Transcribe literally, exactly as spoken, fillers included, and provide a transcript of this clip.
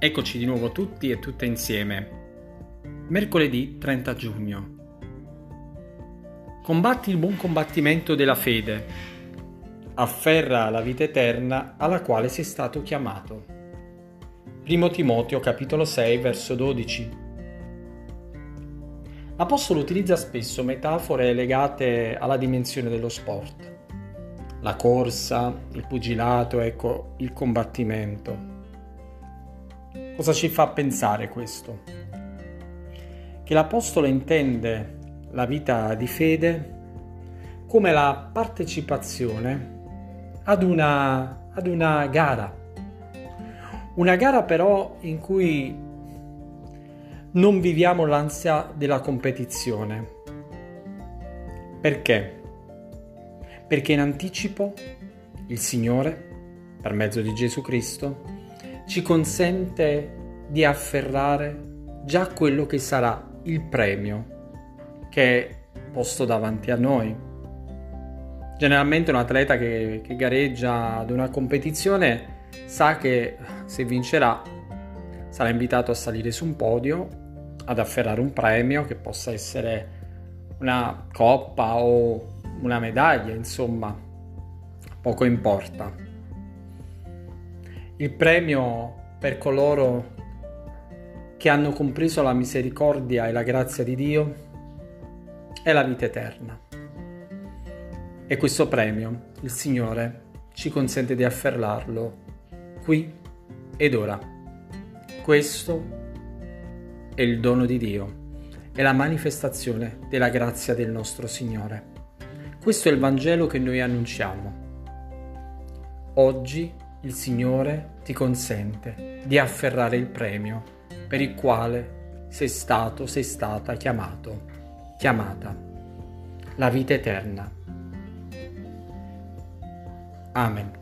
Eccoci di nuovo tutti e tutte insieme. Mercoledì trenta giugno. Combatti il buon combattimento della fede. Afferra la vita eterna alla quale sei stato chiamato. Primo Timoteo capitolo sei verso dodici. L'Apostolo utilizza spesso metafore legate alla dimensione dello sport. La corsa, il pugilato, ecco, il combattimento. Cosa ci fa pensare questo? Che l'Apostolo intende la vita di fede come la partecipazione ad una, ad una gara. Una gara però in cui non viviamo l'ansia della competizione. Perché? Perché in anticipo il Signore, per mezzo di Gesù Cristo, ci consente di afferrare già quello che sarà il premio che è posto davanti a noi. Generalmente un atleta che, che gareggia ad una competizione sa che se vincerà sarà invitato a salire su un podio, ad afferrare un premio che possa essere una coppa o una medaglia, insomma, poco importa. Il premio per coloro che hanno compreso la misericordia e la grazia di Dio è la vita eterna. E questo premio il Signore ci consente di afferrarlo qui ed ora. Questo è il dono di Dio, è la manifestazione della grazia del nostro Signore. Questo è il Vangelo che noi annunciamo. Oggi il Signore ti consente di afferrare il premio per il quale sei stato, sei stata chiamato, chiamata, la vita eterna. Amen.